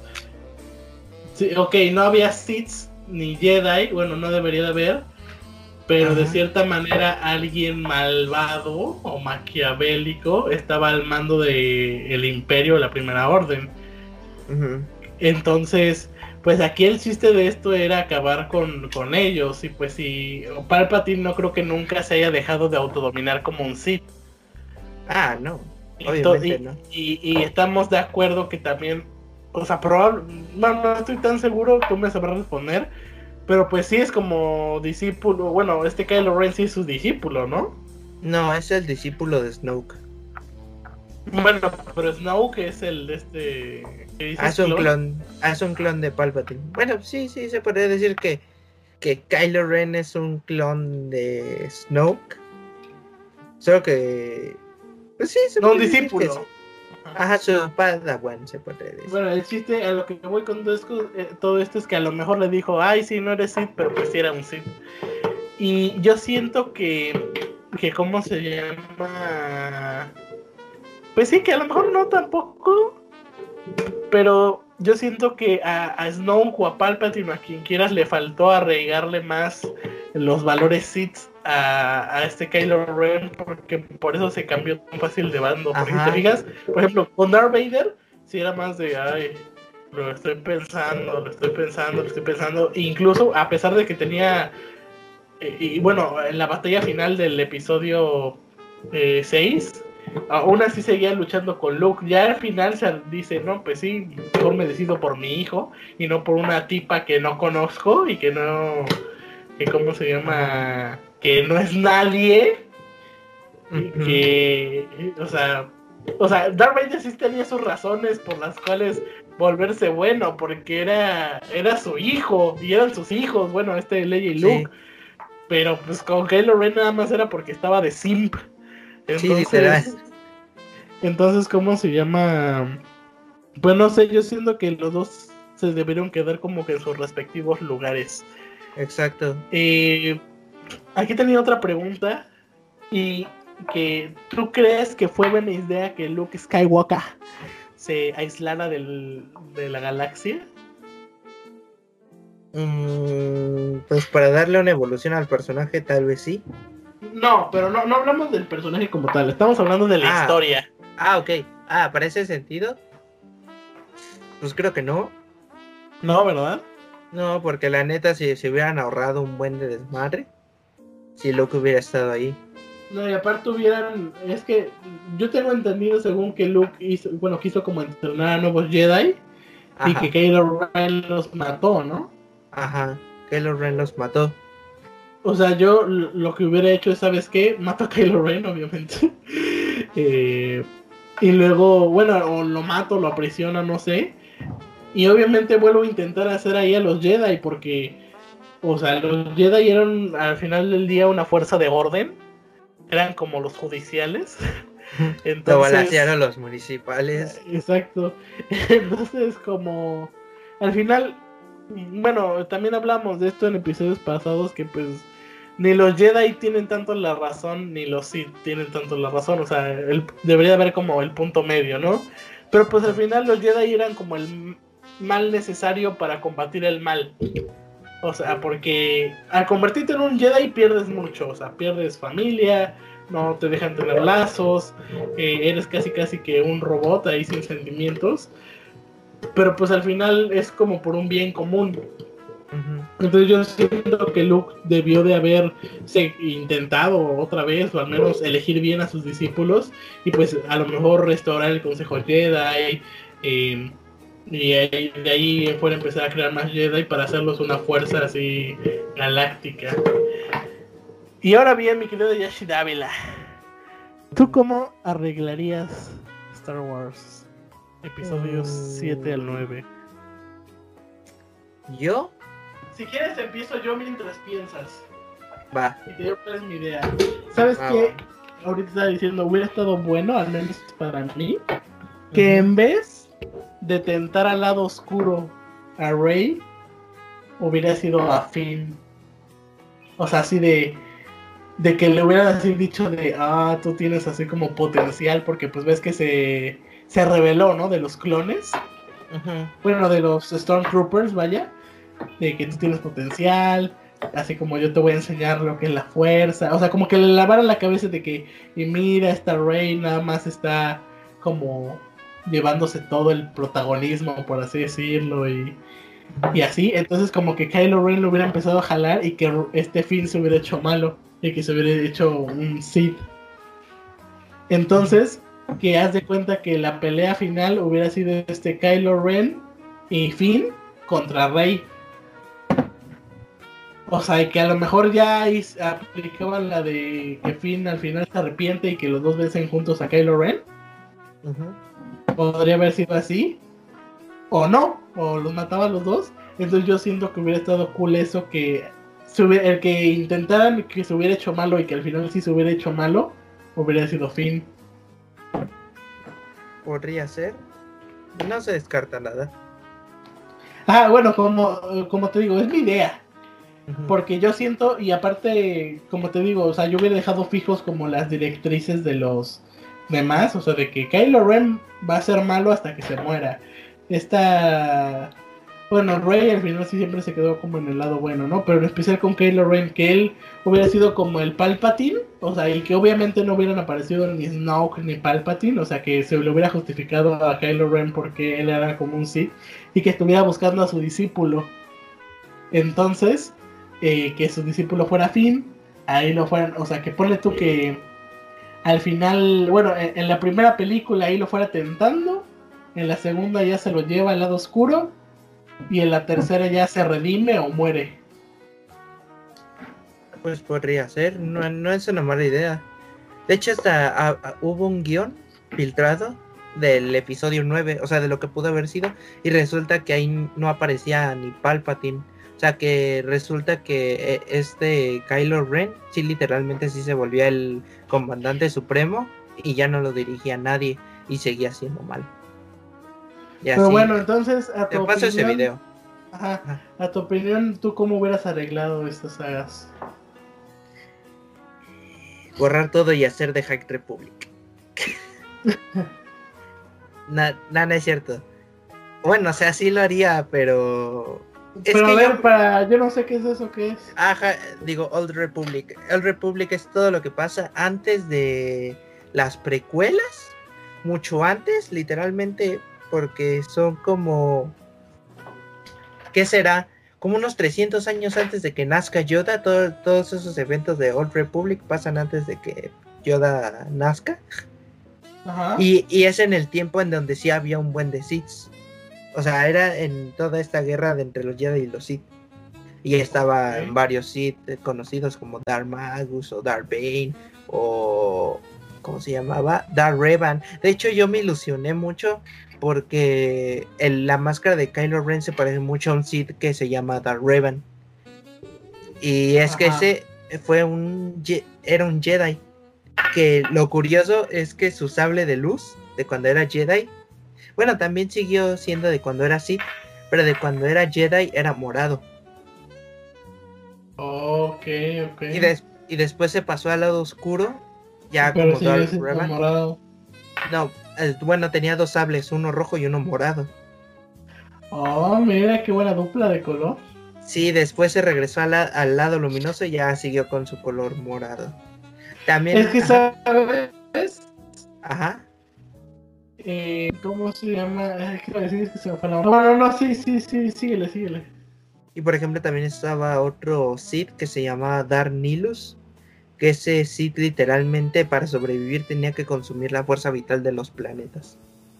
Sí, ok, no había Sith ni Jedi, bueno, no debería de haber, pero Ajá. de cierta manera alguien malvado o maquiavélico estaba al mando de el Imperio, la Primera Orden. Uh-huh. Entonces, pues aquí el chiste de esto era acabar con, con ellos, y pues si Palpatine no creo que nunca se haya dejado de autodominar como un Sith. Ah, no, obviamente y, no. Y, y estamos de acuerdo que también, o sea, probablemente, no, no estoy tan seguro, tú me sabrás responder, pero pues sí es como discípulo, bueno, este Kylo Ren sí es su discípulo, ¿no? No, es el discípulo de Snoke. Bueno, pero Snoke es el este... Es un clon, es un clon de Palpatine. Bueno, sí, sí, se podría decir que, que Kylo Ren es un clon de Snoke. Solo que... Pues sí, se no, un puede discípulo. decir que sí. Ajá, su Padawan se puede decir. Bueno, el chiste a lo que voy con todo esto, eh, todo esto es que a lo mejor le dijo, ay, sí, no eres Sith, pero pues sí era un Sith. Y yo siento que, que ¿cómo se llama? Pues sí, que a lo mejor no tampoco, pero yo siento que a, a Snoke o a Palpatine o a quien quieras le faltó arraigarle más los valores Sith a, a este Kylo Ren, porque por eso se cambió tan fácil de bando. Porque Ajá. si te fijas, por ejemplo, con Darth Vader, si sí era más de, ay, lo estoy pensando, lo estoy pensando, lo estoy pensando, incluso a pesar de que tenía, eh, y bueno, en la batalla final del episodio eh, seis, aún así seguía luchando con Luke. Ya al final se dice, no, pues sí, mejor me decido por mi hijo y no por una tipa que no conozco y que no, que cómo se llama, que no es nadie, uh-huh. que, o sea, o sea, Darth Vader sí tenía sus razones por las cuales volverse bueno, porque era, era su hijo y eran sus hijos, bueno, este Leia y Luke, sí. Pero pues con Kylo Ren nada más era porque estaba de simp. Entonces, sí, entonces, ¿cómo se llama? Pues no sé, yo siento que los dos se debieron quedar como que en sus respectivos lugares. Exacto. Eh, aquí tenía otra pregunta, y que ¿tú crees que fue buena idea que Luke Skywalker se aislara del, de la galaxia? Mm, pues para darle una evolución al personaje, tal vez sí. No, pero no, no hablamos del personaje como tal, estamos hablando de la ah, historia. Ah, ok. Ah, ¿para ese sentido? Pues creo que no. No, ¿verdad? No, porque la neta, si se hubieran ahorrado un buen de desmadre, si Luke hubiera estado ahí. No, y aparte hubieran, es que yo tengo entendido según que Luke hizo, bueno, quiso como entrenar a nuevos Jedi. Ajá. Y que Kylo Ren los mató, ¿no? Ajá, Kylo Ren los mató. O sea, yo lo que hubiera hecho es, ¿sabes qué? Mato a Kylo Ren, obviamente. eh, y luego, bueno, o lo mato, lo aprisiona, no sé. Y obviamente vuelvo a intentar hacer ahí a los Jedi, porque, o sea, los Jedi eran al final del día una fuerza de orden. Eran como los judiciales. Entonces, lo balancearon los municipales. Exacto. Entonces, como al final, bueno, también hablamos de esto en episodios pasados, que pues ni los Jedi tienen tanto la razón, ni los Sith tienen tanto la razón. O sea, el, debería haber como el punto medio, ¿no? Pero pues al final los Jedi eran como el mal necesario para combatir el mal. O sea, porque al convertirte en un Jedi pierdes mucho. O sea, pierdes familia, no te dejan tener lazos, eh, eres casi casi que un robot ahí sin sentimientos. Pero pues al final es como por un bien común. Uh-huh. Entonces yo siento que Luke debió de haber se, intentado otra vez, o al menos elegir bien a sus discípulos, y pues a lo mejor restaurar el Consejo Jedi, eh, y ahí, de ahí fuera empezar a crear más Jedi para hacerlos una fuerza así galáctica. Y ahora bien, mi querido Yashi Dávila, ¿tú cómo arreglarías Star Wars episodios mm. siete al nueve? ¿Yo? Si quieres empiezo yo mientras piensas. Va. Y te digo cuál es mi idea. ¿Sabes ah, qué? Va. Ahorita estaba diciendo, hubiera estado bueno, al menos para mí, que uh-huh. en vez de tentar al lado oscuro a Rey, hubiera sido a Finn. O sea, así de de que le hubieran así dicho de, ah, tú tienes así como potencial, porque pues ves que se, se reveló, ¿no? De los clones. Uh-huh. Bueno, de los Stormtroopers, vaya. De que tú tienes potencial. Así como yo te voy a enseñar lo que es la fuerza. O sea, como que le lavaron la cabeza de que, y mira, esta Rey nada más está como llevándose todo el protagonismo, por así decirlo, y, y así. Entonces como que Kylo Ren lo hubiera empezado a jalar y que este Finn se hubiera hecho malo y que se hubiera hecho un Sith. Entonces, que haz de cuenta que la pelea final hubiera sido este Kylo Ren y Finn contra Rey. O sea, y que a lo mejor ya aplicaban la de que Finn al final se arrepiente y que los dos vencen juntos a Kylo Ren. Uh-huh. Podría haber sido así. O no, o los mataba a los dos. Entonces yo siento que hubiera estado cool eso, que se hubiera, el que intentaran que se hubiera hecho malo y que al final sí se hubiera hecho malo, hubiera sido Finn. Podría ser. No se descarta nada. Ah, bueno, como, como te digo, es mi idea. Porque yo siento, y aparte, como te digo, o sea, yo hubiera dejado fijos como las directrices de los demás, o sea, de que Kylo Ren va a ser malo hasta que se muera. Esta, bueno, Rey al final sí siempre se quedó como en el lado bueno, ¿no? Pero en especial con Kylo Ren, que él hubiera sido como el Palpatine, o sea, y que obviamente no hubieran aparecido ni Snoke ni Palpatine, o sea, que se le hubiera justificado a Kylo Ren porque él era como un Sith, y que estuviera buscando a su discípulo. Entonces... Eh, que su discípulo fuera Finn, ahí lo fueran, o sea, que ponle tú que al final, bueno, en, en la primera película ahí lo fuera tentando, en la segunda ya se lo lleva al lado oscuro, y en la tercera ya se redime o muere. Pues podría ser, no, no es una mala idea. De hecho, hasta a, a, hubo un guión filtrado del episodio nueve, o sea, de lo que pudo haber sido, y resulta que ahí no aparecía ni Palpatine. O sea, que resulta que este Kylo Ren sí literalmente sí se volvía el comandante supremo y ya no lo dirigía a nadie y seguía siendo mal. Y Pero así, bueno, entonces a tu te paso opinión, ese video. Ajá, ajá. A tu opinión, ¿tú cómo hubieras arreglado estas sagas? Borrar todo y hacer de High Republic. Nada, no, no es cierto. Bueno, o sea, sí lo haría, pero... Es pero que a ver, yo... para... yo no sé qué es eso, ¿qué es? Ajá, digo, Old Republic. Old Republic es todo lo que pasa antes de las precuelas, mucho antes, literalmente, porque son como... ¿Qué será? Como unos trescientos años antes de que nazca Yoda. Todo, todos esos eventos de Old Republic pasan antes de que Yoda nazca. Ajá. Y, y es en el tiempo en donde sí había un buen de Sith. O sea, era en toda esta guerra de entre los Jedi y los Sith. Y estaba okay. varios Sith conocidos como Darth Magus o Darth Bane o... ¿cómo se llamaba? Darth Revan. De hecho, yo me ilusioné mucho porque el, la máscara de Kylo Ren se parece mucho a un Sith que se llama Darth Revan. Y es Ajá. que ese fue un... era un Jedi. Que lo curioso es que su sable de luz de cuando era Jedi, bueno, también siguió siendo de cuando era Sith, pero de cuando era Jedi era morado. Ok, ok. Y, des- y después se pasó al lado oscuro, ya pero como Darth Revan. Morado. No, eh, bueno, tenía dos sables, uno rojo y uno morado. Oh, mira qué buena dupla de color. Sí, después se regresó a la- al lado luminoso y ya siguió con su color morado. También. Es que ajá. sabes. Ajá. Eh, ¿Cómo se llama? ¿Qué iba a decir? Es que se me fue la... No, no, no, sí, sí, sí, síguele, síguele. Y por ejemplo también estaba otro Sith que se llamaba Darth Nihilus, que ese Sith literalmente para sobrevivir tenía que consumir la fuerza vital de los planetas.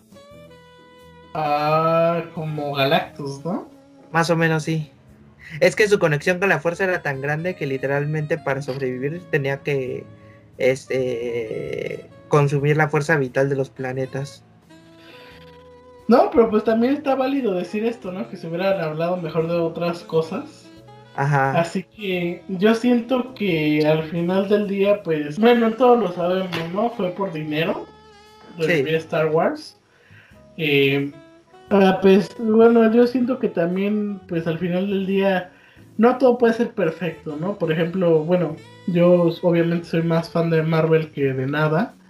Ah, como Galactus, ¿no? Más o menos sí. Es que su conexión con la fuerza era tan grande que literalmente para sobrevivir tenía que este consumir la fuerza vital de los planetas. No, pero pues también está válido decir esto, ¿no? Que se hubieran hablado mejor de otras cosas. Ajá. Así que yo siento que al final del día, pues, bueno, todos lo sabemos, ¿no? Fue por dinero. Revivir sí. Star Wars. Eh, ah, pues, bueno, yo siento que también, pues, al final del día, no todo puede ser perfecto, ¿no? Por ejemplo, bueno, yo obviamente soy más fan de Marvel que de nada.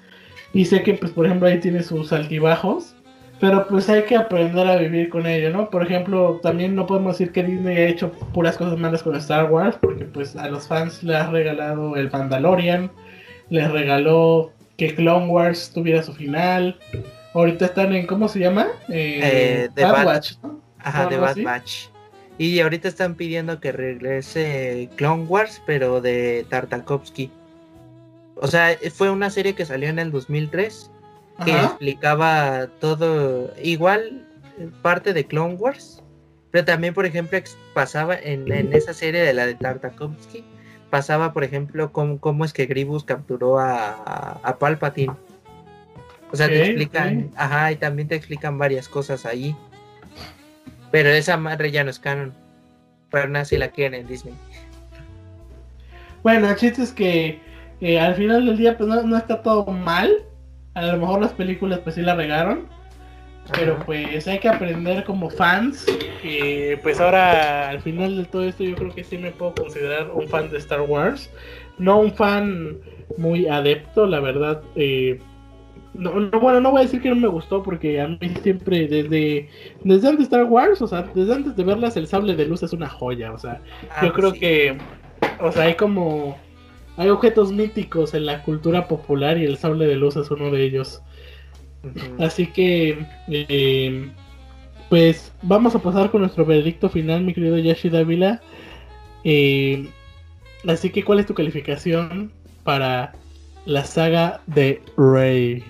Y sé que, pues, por ejemplo, ahí tiene sus altibajos. Pero pues hay que aprender a vivir con ello, ¿no? Por ejemplo, también no podemos decir que Disney ha hecho puras cosas malas con Star Wars, porque pues a los fans les ha regalado el Mandalorian, les regaló que Clone Wars tuviera su final. Ahorita están en, ¿cómo se llama? Eh, Eh, The Bad Bad, Batch, ¿no? O ajá, The algo Bad así. Batch. Y ahorita están pidiendo que regrese Clone Wars, pero de Tartakovsky. O sea, fue una serie que salió en el dos mil tres que Ajá. explicaba todo, igual parte de Clone Wars, pero también, por ejemplo, ex- pasaba en, en esa serie de la de Tartakovsky, pasaba, por ejemplo, cómo, cómo es que Grievous capturó a, a, a Palpatine. O Ok, sea, te ok. explican, ajá, y también te explican varias cosas ahí, pero esa madre ya no es canon, pero nada si la quieren en Disney. Bueno, el chiste es que eh, al final del día pues no, no está todo mal. A lo mejor las películas pues sí la regaron. Pero Ajá. pues hay que aprender como fans. Y pues ahora al final de todo esto yo creo que sí me puedo considerar un fan de Star Wars. No un fan muy adepto, la verdad. Eh, no, no, bueno, no voy a decir que no me gustó porque a mí siempre desde, desde antes de Star Wars, o sea, desde antes de verlas el sable de luz es una joya. O sea, Ah, yo pues creo sí. que, o sea, hay como... Hay objetos míticos en la cultura popular y el sable de luz es uno de ellos. Ujú. Así que... Eh, pues vamos a pasar con nuestro veredicto final, mi querido Yashi Dávila. Eh, así que, ¿cuál es tu calificación para la saga de Rey?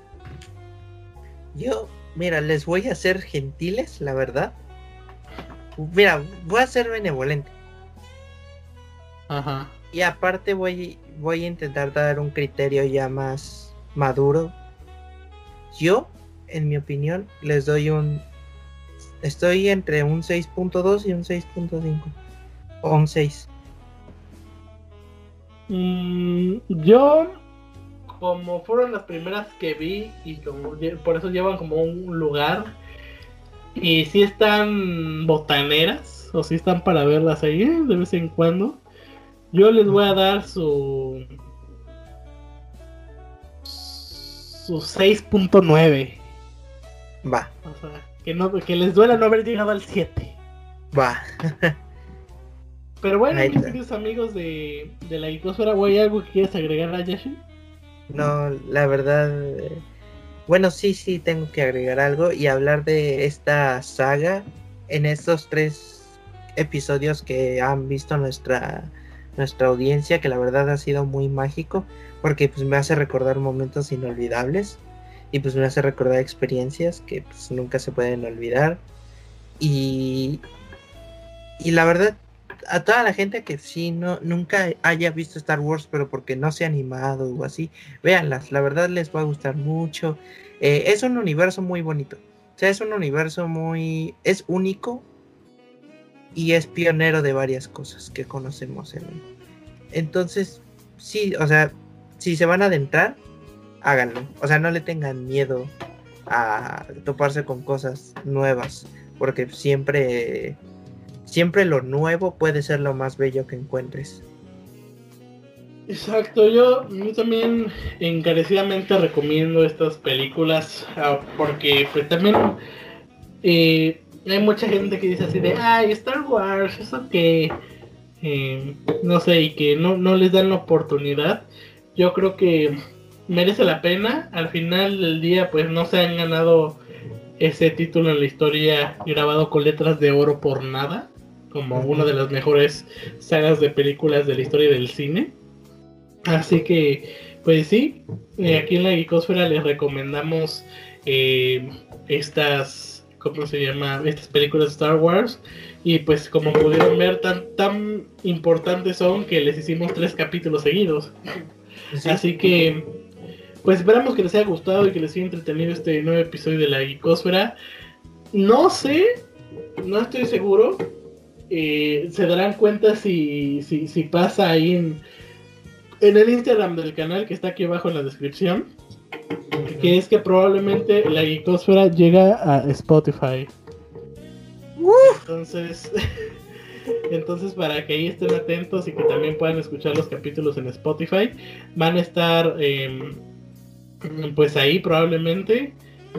Yo, mira, les voy a ser gentiles, la verdad. Mira, voy a ser benevolente. Ajá. Y aparte voy, voy a intentar dar un criterio ya más maduro. Yo, en mi opinión, les doy un... Estoy entre un seis punto dos y un seis punto cinco. O un seis. Mm, yo, como fueron las primeras que vi y como por eso llevan como un lugar, y si están botaneras, o si están para verlas ahí de vez en cuando, yo les voy a dar su su seis punto nueve. Va, O sea, que, no, que les duela no haber llegado al siete. va. Pero bueno, Ahí mis está. queridos amigos de, de la Icosfera, ¿hay algo que quieras agregar a Yashi? No, la verdad... eh, Bueno, sí, sí, tengo que agregar algo y hablar de esta saga en estos tres episodios que han visto nuestra, nuestra audiencia, que la verdad ha sido muy mágico, porque pues me hace recordar momentos inolvidables y pues me hace recordar experiencias que pues nunca se pueden olvidar. Y, y la verdad, a toda la gente que sí no, nunca haya visto Star Wars, pero porque no se ha animado o así, véanlas, la verdad les va a gustar mucho. Eh, es un universo muy bonito. O sea, es un universo muy... es único y es pionero de varias cosas que conocemos en él. Entonces, sí, o sea, si se van a adentrar, háganlo. O sea, no le tengan miedo a toparse con cosas nuevas, porque siempre siempre lo nuevo puede ser lo más bello que encuentres. Exacto, yo, yo también encarecidamente recomiendo estas películas uh, porque pues también eh, hay mucha gente que dice así de, ay, Star Wars, eso que, eh, no sé, y que no, no les dan la oportunidad. Yo creo que merece la pena. Al final del día pues no se han ganado ese título en la historia grabado con letras de oro por nada, como una de Uh-huh. las mejores sagas de películas de la historia del cine. Así que, pues sí, eh, aquí en la Geekosfera les recomendamos eh, estas, ¿cómo se llama? Estas películas de Star Wars. Y pues como pudieron ver, tan, tan importantes son que les hicimos tres capítulos seguidos. Sí. Así que, pues esperamos que les haya gustado y que les haya entretenido este nuevo episodio de la Geekosfera. No sé, no estoy seguro. Eh, se darán cuenta si, si, si pasa ahí en, en el Instagram del canal que está aquí abajo en la descripción. Que Uh-huh. es que probablemente la Geekosfera llega a Spotify. Uh, Entonces, entonces para que ahí estén atentos y que también puedan escuchar los capítulos en Spotify, van a estar eh, pues ahí probablemente.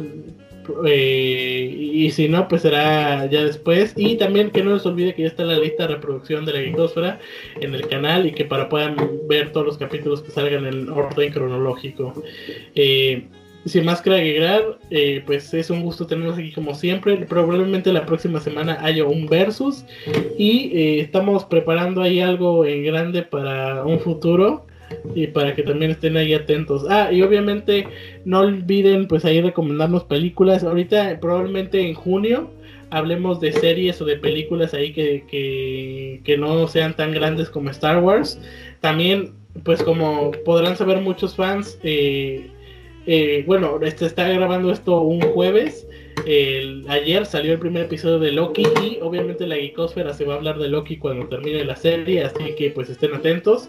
Eh, y si no, pues será ya después. Y también que no les olvide que ya está la lista de reproducción de la Geekosfera en el canal, y que para puedan ver todos los capítulos que salgan en orden cronológico. Eh, sin más que agregar, eh, pues es un gusto tenerlos aquí como siempre. Probablemente la próxima semana haya un versus, y eh, estamos preparando ahí algo en grande para un futuro, y para que también estén ahí atentos. Ah, y obviamente no olviden pues ahí recomendarnos películas. Ahorita probablemente en junio hablemos de series o de películas ahí que, que, que no sean tan grandes como Star Wars. También pues como podrán saber muchos fans, eh, eh, bueno, este está grabando esto un jueves. El, ayer salió el primer episodio de Loki, y obviamente la Geekosfera se va a hablar de Loki cuando termine la serie, así que pues estén atentos.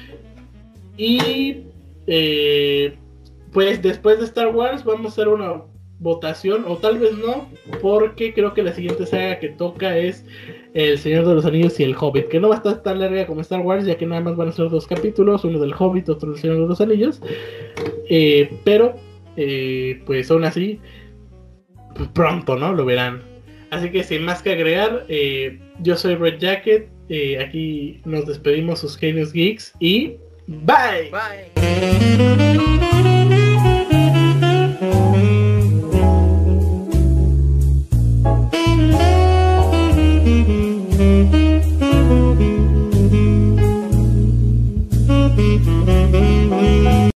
Y eh, pues después de Star Wars vamos a hacer una votación, o tal vez no, porque creo que la siguiente saga que toca es El Señor de los Anillos y El Hobbit, que no va a estar tan larga como Star Wars, ya que nada más van a ser dos capítulos, uno del Hobbit, otro del Señor de los Anillos. Eh, pero eh, pues aún así, pues pronto, ¿no? Lo verán. Así que sin más que agregar, eh, yo soy Red Jacket, eh, aquí nos despedimos sus Genius Geeks y bye. Bye.